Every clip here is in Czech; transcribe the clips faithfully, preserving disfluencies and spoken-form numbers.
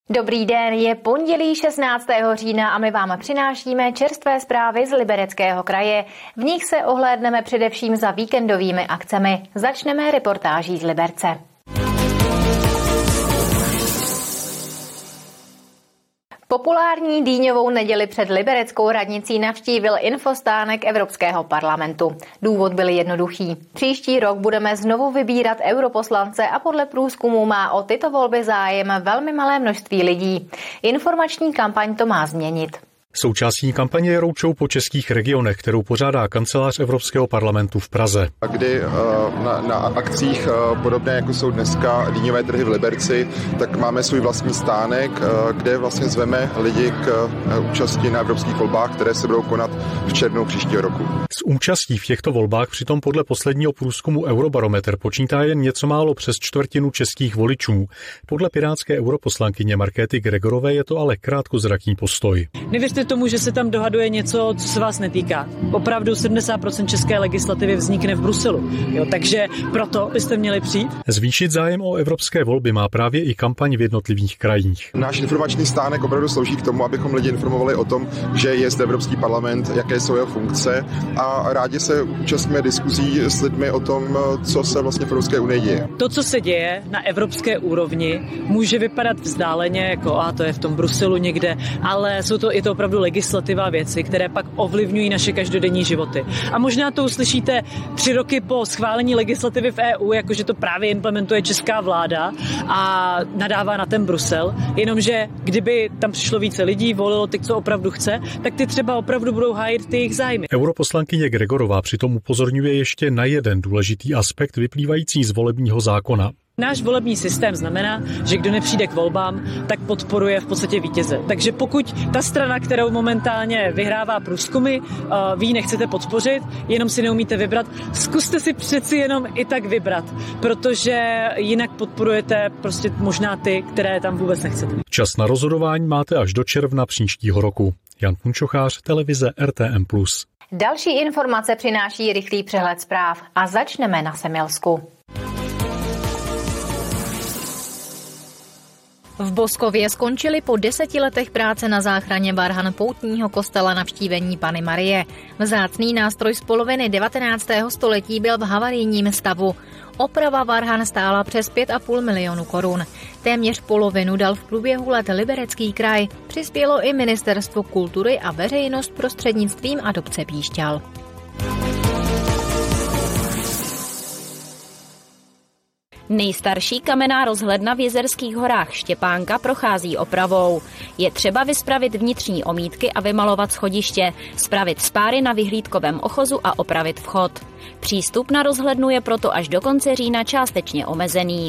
Dobrý den, je pondělí šestnáctého října a my vám přinášíme čerstvé zprávy z Libereckého kraje. V nich se ohlédneme především za víkendovými akcemi. Začneme reportáží z Liberce. Populární dýňovou neděli před libereckou radnicí navštívil infostánek Evropského parlamentu. Důvod byl jednoduchý. Příští rok budeme znovu vybírat europoslance a podle průzkumu má o tyto volby zájem velmi malé množství lidí. Informační kampaň to má změnit. Součástí kampaně je roadshow po českých regionech, kterou pořádá kancelář Evropského parlamentu v Praze. Kdy na, na akcích podobné, jako jsou dneska dýňové trhy v Liberci, tak máme svůj vlastní stánek, kde vlastně zveme lidi k účasti na evropských volbách, které se budou konat v červnu příštího roku. S účastí v těchto volbách přitom podle posledního průzkumu Eurobarometr počítá jen něco málo přes čtvrtinu českých voličů. Podle pirátské europoslankyně Markéty Gregorové je to ale krátkozraký postoj. Nevěřte tomu, že se tam dohaduje něco, co se vás netýká. Opravdu sedmdesát procent české legislativy vznikne v Bruselu. Jo, takže proto byste měli přijít. Zvýšit zájem o evropské volby má právě i kampaň v jednotlivých krajích. Náš informační stánek opravdu slouží k tomu, abychom lidi informovali o tom, že je zde Evropský parlament, jaké jsou jeho funkce, a rádi se účastníme diskuzí s lidmi o tom, co se vlastně v Evropské unii děje. To, co se děje na evropské úrovni, může vypadat vzdáleně, jako a to je v tom Bruselu někde, ale jsou to, je to opravdu legislativa, věci, které pak ovlivňují naše každodenní životy. A možná to uslyšíte tři roky po schválení legislativy v E U, jakože to právě implementuje česká vláda a nadává na ten Brusel, jenomže kdyby tam přišlo více lidí, volilo ty, co opravdu chce, tak ty třeba opravdu budou hájit ty jejich zájmy. Europoslankyně Gregorová přitom upozorňuje ještě na jeden důležitý aspekt vyplývající z volebního zákona. Náš volební systém znamená, že kdo nepřijde k volbám, tak podporuje v podstatě vítěze. Takže pokud ta strana, kterou momentálně vyhrává průzkumy, vy nechcete podpořit, jenom si neumíte vybrat, zkuste si přeci jenom i tak vybrat, protože jinak podporujete prostě možná ty, které tam vůbec nechcete. Čas na rozhodování máte až do června příštího roku. Jan Punčochář, televize R T M plus. Další informace přináší rychlý přehled zpráv a začneme na Semilsku. V Boskově skončili po deseti letech práce na záchraně varhan poutního kostela Navštívení Panny Marie. Vzácný nástroj z poloviny devatenáctého století byl v havarijním stavu. Oprava varhan stála přes pět a půl milionu korun. Téměř polovinu dal v průběhu let Liberecký kraj. Přispělo i Ministerstvo kultury a veřejnost prostřednictvím adopce píšťal. Nejstarší kamenná rozhledna v Jezerských horách Štěpánka prochází opravou. Je třeba vyspravit vnitřní omítky a vymalovat schodiště, spravit spáry na vyhlídkovém ochozu a opravit vchod. Přístup na rozhlednu je proto až do konce října částečně omezený.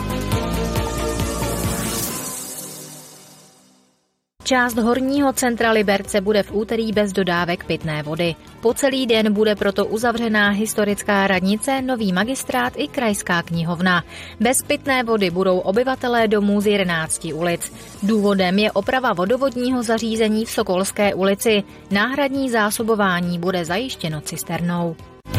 Část horního centra Liberce bude v úterý bez dodávek pitné vody. Po celý den bude proto uzavřená historická radnice, nový magistrát i krajská knihovna. Bez pitné vody budou obyvatelé domů z jedenácti ulic. Důvodem je oprava vodovodního zařízení v Sokolské ulici. Náhradní zásobování bude zajištěno cisternou.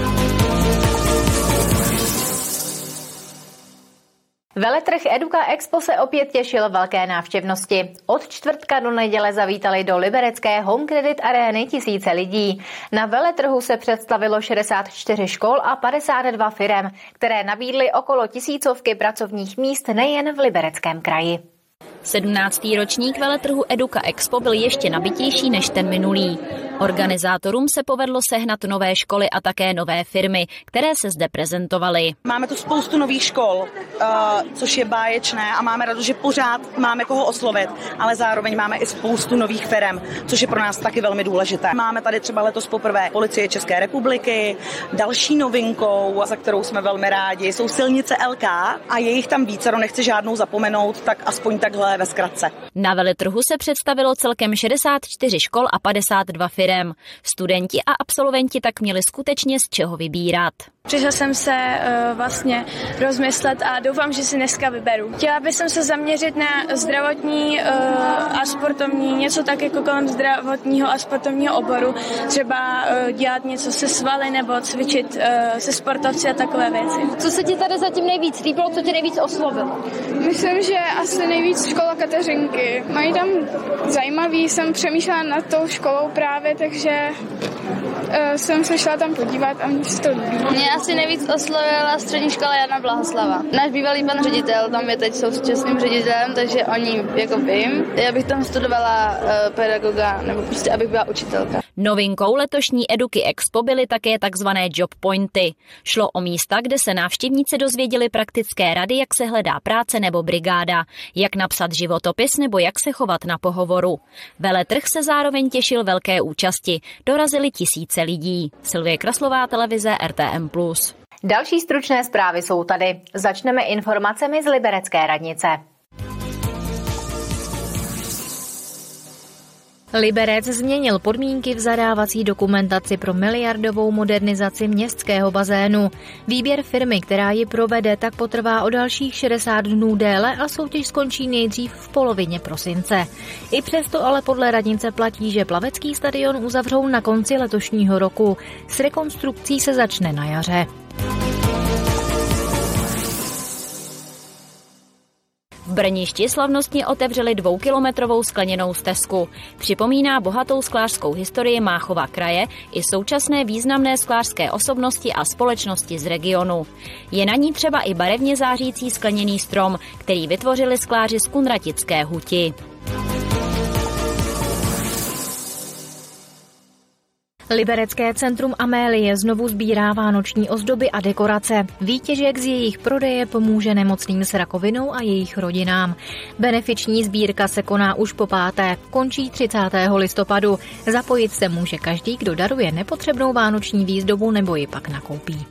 Veletrh Eduka Expo se opět těšil velké návštěvnosti. Od čtvrtka do neděle zavítali do liberecké Home Credit Arény tisíce lidí. Na veletrhu se představilo šedesát čtyři škol a padesát dva firem, které nabídly okolo tisícovky pracovních míst nejen v Libereckém kraji. sedmnáctý ročník veletrhu Eduka Expo byl ještě nabitější než ten minulý. Organizátorům se povedlo sehnat nové školy a také nové firmy, které se zde prezentovaly. Máme tu spoustu nových škol, uh, což je báječné a máme radost, že pořád máme koho oslovit, ale zároveň máme i spoustu nových firem, což je pro nás taky velmi důležité. Máme tady třeba letos poprvé Policie České republiky, další novinkou, za kterou jsme velmi rádi, jsou silnice L K a je jich tam více, nechci žádnou zapomenout, tak aspoň takhle ve zkratce. Na veletrhu se představilo celkem šedesát čtyři škol a padesát dva firmy. firem. Studenti a absolventi tak měli skutečně z čeho vybírat. Přišel jsem se uh, vlastně rozmyslet a doufám, že si dneska vyberu. Chtěla bych se zaměřit na zdravotní uh, a sportovní, něco tak jako kolem zdravotního a sportovního oboru. Třeba uh, dělat něco se svaly nebo cvičit uh, se sportovci a takové věci. Co se ti tady zatím nejvíc líbilo, co tě nejvíc oslovilo? Myslím, že asi nejvíc škola Kateřinky. Mají tam zajímavý, jsem přemýšlela nad tou školou právě, takže uh, jsem se šla tam podívat a mně se to líbí. Mě asi nejvíc oslovila střední škola Jana Blahoslava. Náš bývalý pan ředitel, tam je teď současným ředitelem, takže o ní jako vím. Já bych tam studovala uh, pedagoga, nebo prostě abych byla učitelka. Novinkou letošní Eduky Expo byly také takzvané job pointy. Šlo o místa, kde se návštěvníci dozvěděli praktické rady, jak se hledá práce nebo brigáda, jak napsat životopis nebo jak se chovat na pohovoru. Veletrh se zároveň těšil velké účasti. Dorazili tisíce lidí. Silvie Kraslová, televize R T M plus. Další stručné zprávy jsou tady. Začneme informacemi z Liberecké radnice. Liberec změnil podmínky v zadávací dokumentaci pro miliardovou modernizaci městského bazénu. Výběr firmy, která ji provede, tak potrvá o dalších šedesát dnů déle a soutěž skončí nejdřív v polovině prosince. I přesto ale podle radnice platí, že plavecký stadion uzavřou na konci letošního roku. S rekonstrukcí se začne na jaře. V Brništi slavnostně otevřeli dvoukilometrovou skleněnou stezku. Připomíná bohatou sklářskou historii Máchova kraje i současné významné sklářské osobnosti a společnosti z regionu. Je na ní třeba i barevně zářící skleněný strom, který vytvořili skláři z Kunratické huti. Liberecké centrum Amélie znovu sbírá vánoční ozdoby a dekorace. Výtěžek z jejich prodeje pomůže nemocným s rakovinou a jejich rodinám. Benefiční sbírka se koná už po páté, končí třicátého listopadu. Zapojit se může každý, kdo daruje nepotřebnou vánoční výzdobu nebo ji pak nakoupí.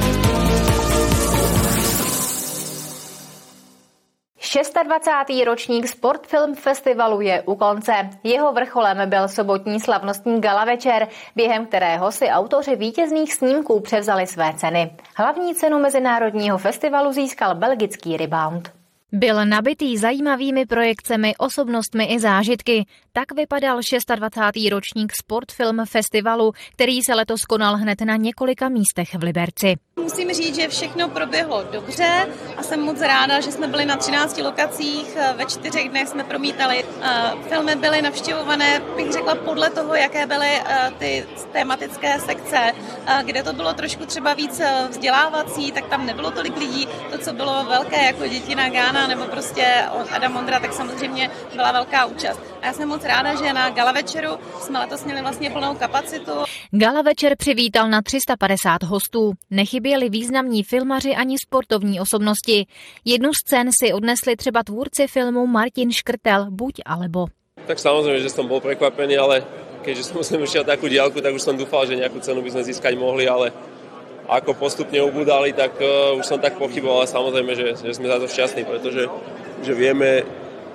dvacátý šestý ročník Sportfilm Festivalu je u konce. Jeho vrcholem byl sobotní slavnostní gala večer, během kterého si autoři vítězných snímků převzali své ceny. Hlavní cenu mezinárodního festivalu získal belgický Rebound. Byl nabitý zajímavými projekcemi, osobnostmi i zážitky. Tak vypadal dvacátý šestý ročník Sportfilm Festivalu, který se letos konal hned na několika místech v Liberci. Musím říct, že všechno proběhlo dobře a jsem moc ráda, že jsme byli na třinácti lokacích, ve čtyřech dnech jsme promítali. Filmy byly navštěvované, bych řekla, podle toho, jaké byly ty tematické sekce, kde to bylo trošku třeba víc vzdělávací, tak tam nebylo tolik lidí. To, co bylo velké, jako Dětina Gána nebo prostě Adam Ondra, tak samozřejmě byla velká účast. A já jsem moc ráda, že na gala večeru jsme letos měli vlastně plnou kapacitu. Gala večer přivítal na tři sta padesát hostů. Nechyběli významní filmaři ani sportovní osobnosti. Jednu z cen si odnesli třeba tvůrci filmu Martin Škrtel, Buď alebo. Tak samozrejme, že som bol prekvapený, ale keďže som musel ušiel takú diaľku, tak už som dúfal, že nejakú cenu by sme získať mohli, ale ako postupne ubúdali, tak uh, už som tak pochyboval, ale samozrejme, že, že sme za to šťastní, pretože že vieme,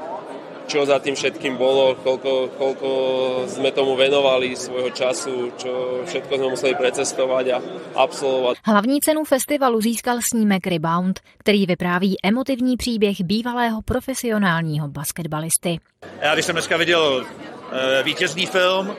čo za tým všetkým bolo, koľko, koľko sme tomu venovali svojho času, čo všetko sme museli precestovať a absolvovat. Hlavní cenu festivalu získal snímek Rebound, který vypráví emotivní příběh bývalého profesionálního basketbalisty. Já když jsem dneska viděl e, vítězný film,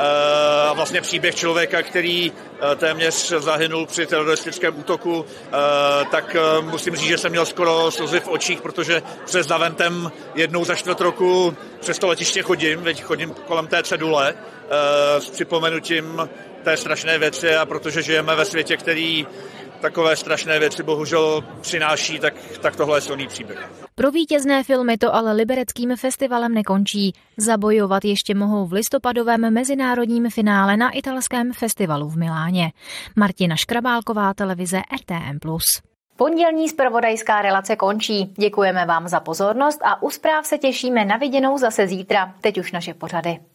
a vlastně příběh člověka, který téměř zahynul při teroristickém útoku, tak musím říct, že jsem měl skoro slzy v očích, protože přes Zaventem jednou za čtvrt roku přes to letiště chodím, teď chodím kolem té cedule s připomenutím té strašné věci a protože žijeme ve světě, který takové strašné věci bohužel přináší, tak, tak tohle je silný příběh. Pro vítězné filmy to ale libereckým festivalem nekončí. Zabojovat ještě mohou v listopadovém mezinárodním finále na italském festivalu v Miláně. Martina Škrabálková, televize R T M plus. Pondělní zpravodajská relace končí. Děkujeme vám za pozornost a u zpráv se těšíme na viděnou zase zítra. Teď už naše pořady.